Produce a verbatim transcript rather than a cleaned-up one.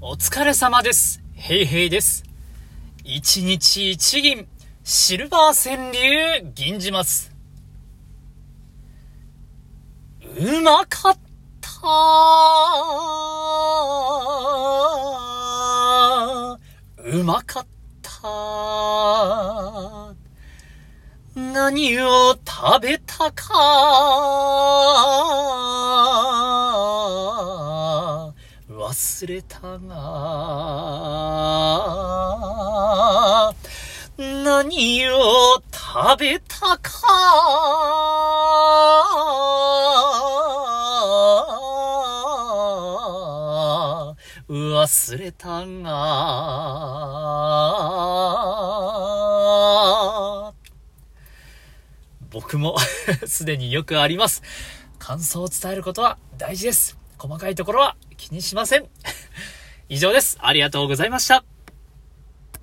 お疲れ様です。ヘイヘイです。一日一銀、シルバー川柳、銀じます。うまかった。うまかった。何を食べたか忘れたが、何を食べたか忘れたが、僕もすでによくあります。感想を伝えることは大事です。細かいところは気にしません。以上です。ありがとうございました。